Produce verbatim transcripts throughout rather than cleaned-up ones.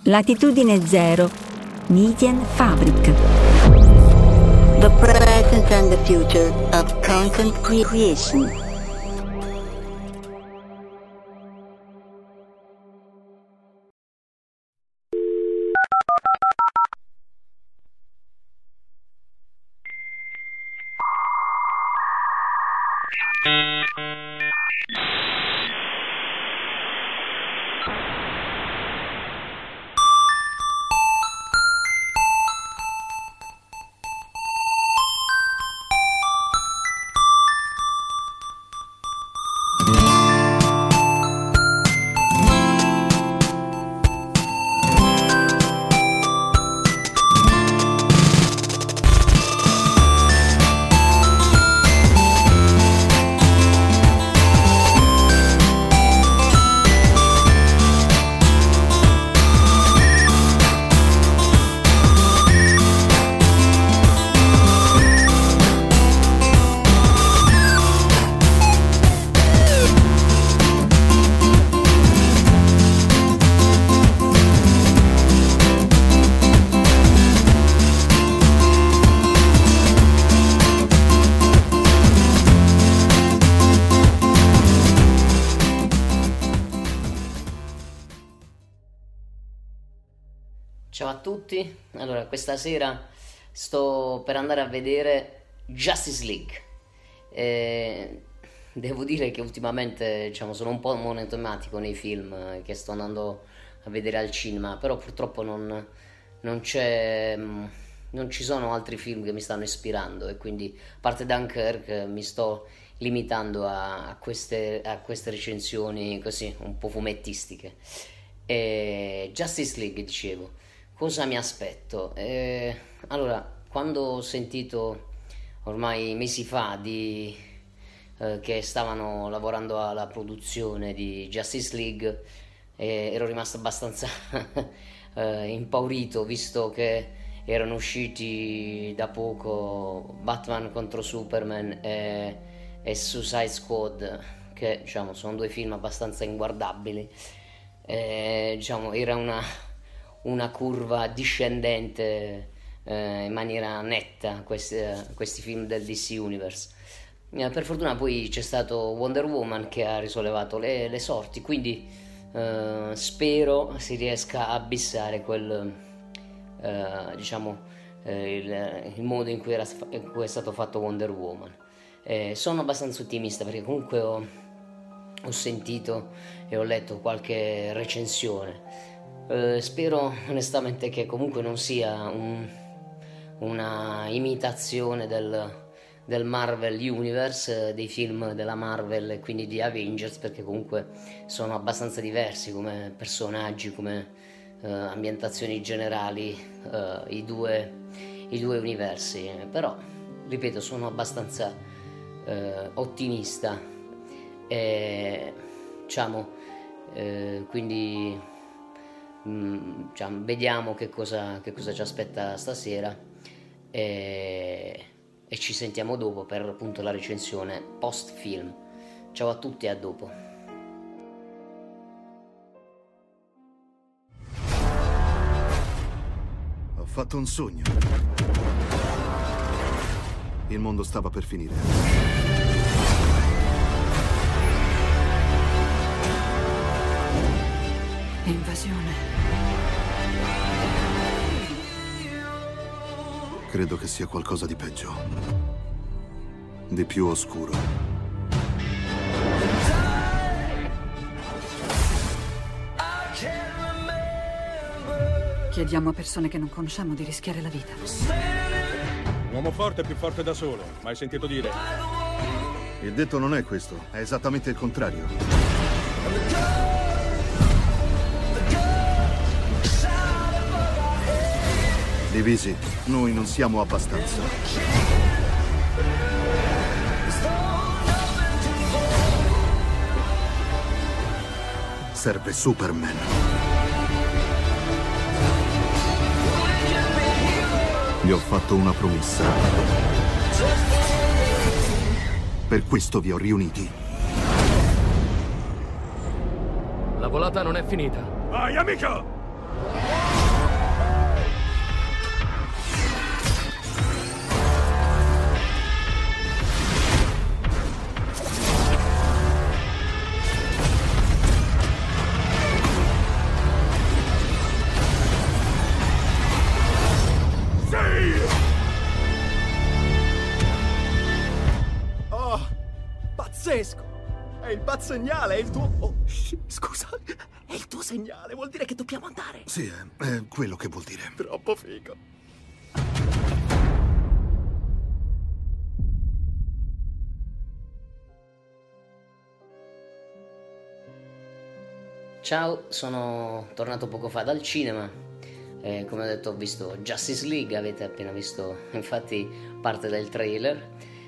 Latitudine Zero, Medienfabrik. The present and the future of content creation. Ciao a tutti, allora questa sera sto per andare a vedere Justice League. Eh, devo dire che ultimamente diciamo, sono un po' monotematico nei film che sto andando a vedere al cinema, però purtroppo non, non c'è, non ci sono altri film che mi stanno ispirando e quindi a parte Dunkirk mi sto limitando a, a, queste, a queste recensioni così un po' fumettistiche. Eh, Justice League, dicevo. Cosa mi aspetto? Eh, allora, quando ho sentito ormai mesi fa di, eh, che stavano lavorando alla produzione di Justice League, eh, ero rimasto abbastanza eh, impaurito, visto che erano usciti da poco Batman contro Superman e, e Suicide Squad, che diciamo sono due film abbastanza inguardabili. Eh, diciamo era una una curva discendente eh, in maniera netta questi, eh, questi film del D C Universe. Eh, per fortuna poi c'è stato Wonder Woman che ha risollevato le, le sorti, quindi eh, spero si riesca a abissare quel eh, diciamo eh, il, il modo in cui, era, in cui è stato fatto Wonder Woman. Eh, sono abbastanza ottimista perché comunque ho, ho sentito e ho letto qualche recensione. Uh, spero onestamente che comunque non sia un, una imitazione del, del Marvel Universe, dei film della Marvel e quindi di Avengers, perché comunque sono abbastanza diversi come personaggi, come uh, ambientazioni generali, uh, i, due, i due universi. Però, ripeto, sono abbastanza uh, ottimista e diciamo, uh, quindi Mm, cioè, vediamo che cosa, che cosa ci aspetta stasera e, e ci sentiamo dopo per appunto la recensione post film. Ciao a tutti e a dopo. Ho fatto un sogno. Il mondo stava per finire. Invasione. Credo che sia qualcosa di peggio. Di più oscuro. Chiediamo a persone che non conosciamo di rischiare la vita. Un uomo forte è più forte da solo, mai sentito dire? Il detto non è questo, è esattamente il contrario. Divisi, noi non siamo abbastanza. Serve Superman. Gli ho fatto una promessa. Per questo vi ho riuniti. La volata non è finita. Vai, amico! segnale, è il tuo... Oh, shh, scusa, è il tuo segnale, vuol dire che dobbiamo andare. Sì, è, è quello che vuol dire. Troppo figo. Ciao, sono tornato poco fa dal cinema, eh, come ho detto ho visto Justice League, avete appena visto infatti parte del trailer,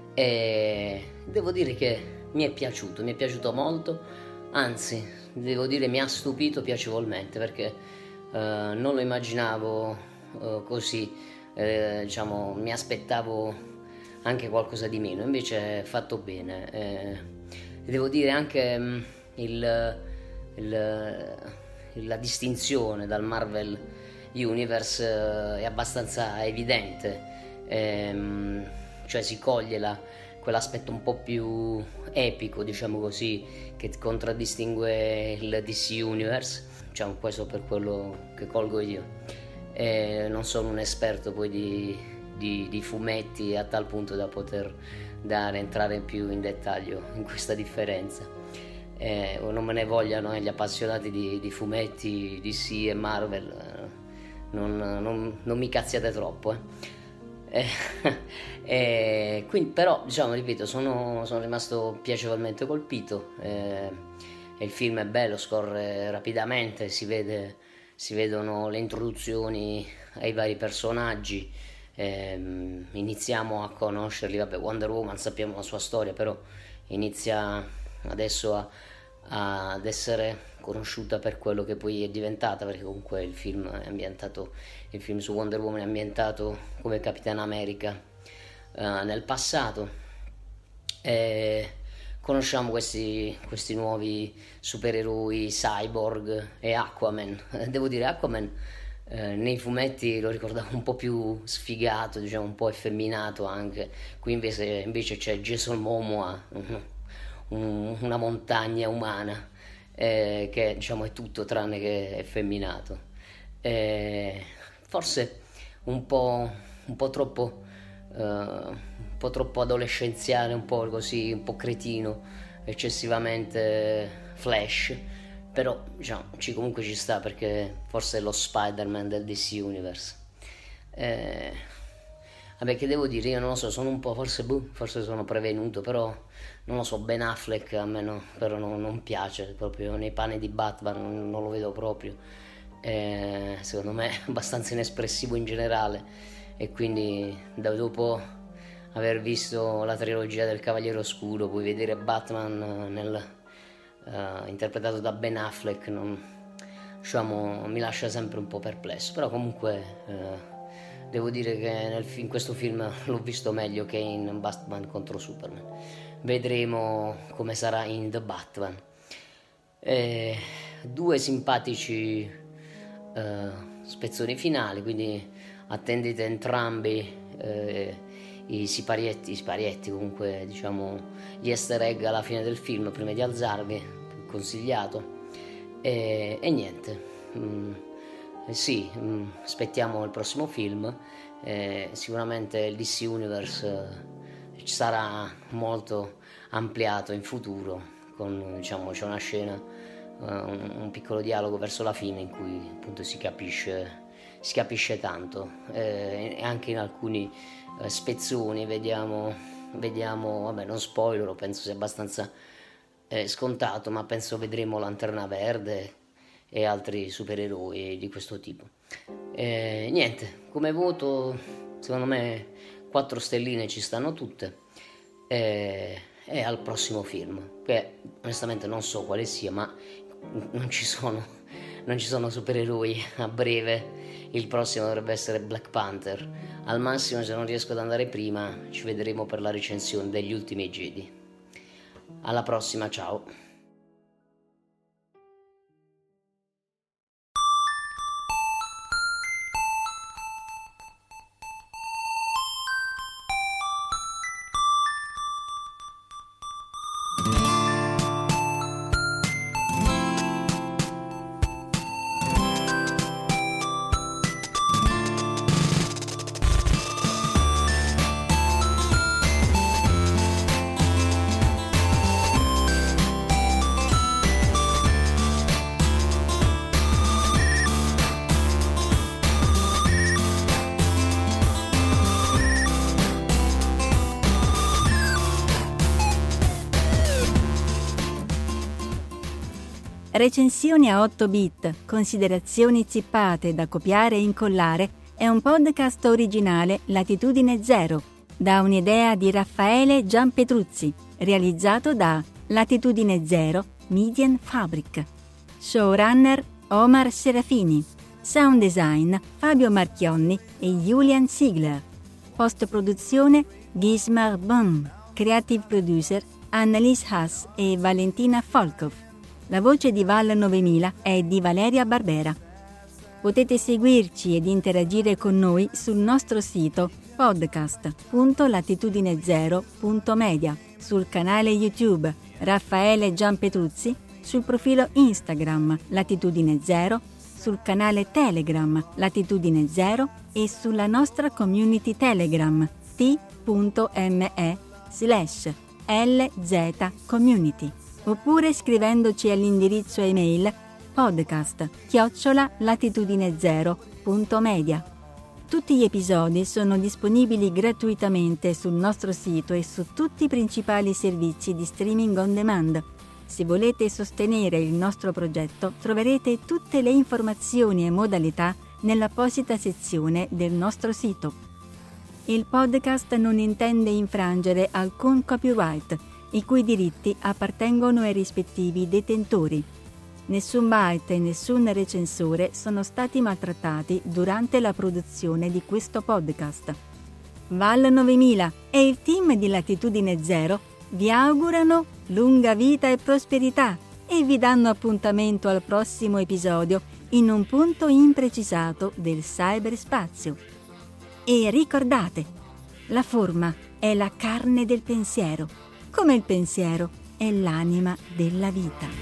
e devo dire che mi è piaciuto, mi è piaciuto molto, anzi devo dire mi ha stupito piacevolmente, perché eh, non lo immaginavo eh, così, eh, diciamo mi aspettavo anche qualcosa di meno, invece è fatto bene, eh, devo dire anche mh, il... Il, la distinzione dal Marvel Universe è abbastanza evidente, ehm, cioè si coglie la, quell'aspetto un po' più epico, diciamo così, che contraddistingue il D C Universe, diciamo questo per quello che colgo io. E non sono un esperto poi di, di, di fumetti a tal punto da poter dare, entrare più in dettaglio in questa differenza. Eh, non me ne vogliano eh, gli appassionati di, di fumetti D C e Marvel, eh, non, non, non mi cazziate troppo eh. eh, eh, quindi, però diciamo, ripeto, sono, sono rimasto piacevolmente colpito, eh, il film è bello, scorre rapidamente, si vede, si vedono le introduzioni ai vari personaggi, eh, iniziamo a conoscerli, vabbè, Wonder Woman sappiamo la sua storia, però inizia adesso a, a, ad essere conosciuta per quello che poi è diventata, perché comunque il film è ambientato, il film su Wonder Woman è ambientato come Capitan America uh, nel passato, e conosciamo questi, questi nuovi supereroi Cyborg e Aquaman. Devo dire, Aquaman eh, nei fumetti lo ricordavo un po' più sfigato, diciamo un po' effeminato anche, qui invece, invece c'è Jason Momoa, una montagna umana, eh, che diciamo è tutto tranne che effeminato, eh, forse un po', un po' troppo uh, un po' troppo adolescenziale, un po' così, un po' cretino, eccessivamente Flash, però diciamo ci, comunque ci sta, perché forse è lo Spider-Man del D C Universe. eh, Vabbè, che devo dire, io non lo so, sono un po', forse, boh, forse sono prevenuto, però non lo so, Ben Affleck a me no, però non, non piace, proprio nei panni di Batman non, non lo vedo proprio, eh, secondo me è abbastanza inespressivo in generale, e quindi da dopo aver visto la trilogia del Cavaliere Oscuro, poi vedere Batman nel, uh, interpretato da Ben Affleck, non, diciamo, mi lascia sempre un po' perplesso, però comunque... Uh, Devo dire che nel, in questo film l'ho visto meglio che in Batman contro Superman. Vedremo come sarà in The Batman. Eh, due simpatici eh, spezzoni finali, quindi attendete entrambi eh, i siparietti, i siparietti comunque, diciamo, gli easter egg alla fine del film prima di alzarvi, consigliato. E, e niente. Mm. Eh sì, mh, aspettiamo il prossimo film, eh, sicuramente il D C Universe eh, sarà molto ampliato in futuro, con, diciamo, c'è una scena, uh, un, un piccolo dialogo verso la fine in cui appunto si capisce, si capisce tanto, eh, e anche in alcuni eh, spezzoni vediamo, vediamo, vabbè, non spoilerò, penso sia abbastanza eh, scontato, ma penso vedremo Lanterna Verde e altri supereroi di questo tipo. E niente, come voto secondo me quattro stelline ci stanno tutte, e, e al prossimo film, che onestamente non so quale sia, ma non ci sono non ci sono supereroi a breve. Il prossimo dovrebbe essere Black Panther, al massimo, se non riesco ad andare prima, ci vedremo per la recensione degli Ultimi Jedi. Alla prossima, ciao. Recensioni a otto bit, considerazioni zippate da copiare e incollare è un podcast originale Latitudine Zero, da un'idea di Raffaele Gianpetruzzi, realizzato da Latitudine Zero Media Fabric. Showrunner Omar Serafini. Sound design Fabio Marchionni e Julian Ziegler. Post-produzione Gismar Bum. Creative producer Annalise Haas e Valentina Volkov. La voce di Val novemila è di Valeria Barbera. Potete seguirci ed interagire con noi sul nostro sito podcast punto latitudine zero punto media, sul canale YouTube Raffaele Gianpetruzzi, sul profilo Instagram Latitudine Zero, sul canale Telegram Latitudine Zero e sulla nostra community Telegram t.me slash lz community, oppure scrivendoci all'indirizzo email podcast chiocciola latitudine zero punto media. Tutti gli episodi sono disponibili gratuitamente sul nostro sito e su tutti i principali servizi di streaming on demand. Se volete sostenere il nostro progetto, troverete tutte le informazioni e modalità nell'apposita sezione del nostro sito. Il podcast non intende infrangere alcun copyright, i cui diritti appartengono ai rispettivi detentori. Nessun byte e nessun recensore sono stati maltrattati durante la produzione di questo podcast. Val novemila e il team di Latitudine Zero vi augurano lunga vita e prosperità e vi danno appuntamento al prossimo episodio in un punto imprecisato del cyberspazio. E ricordate, la forma è la carne del pensiero, come il pensiero è l'anima della vita.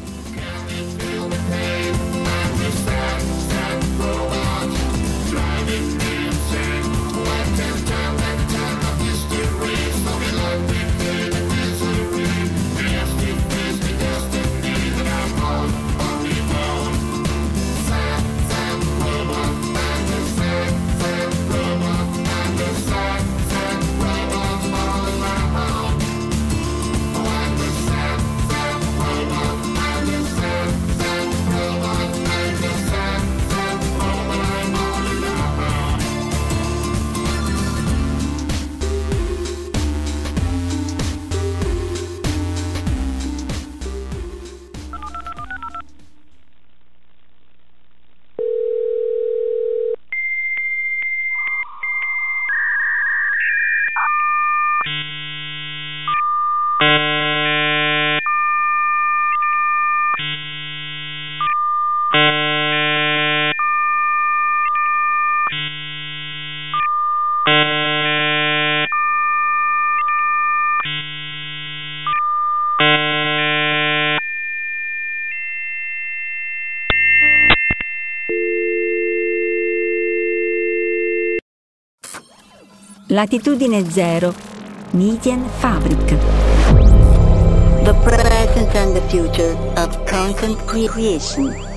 Latitudine Zero Media Fabric. The present and the future of content creation.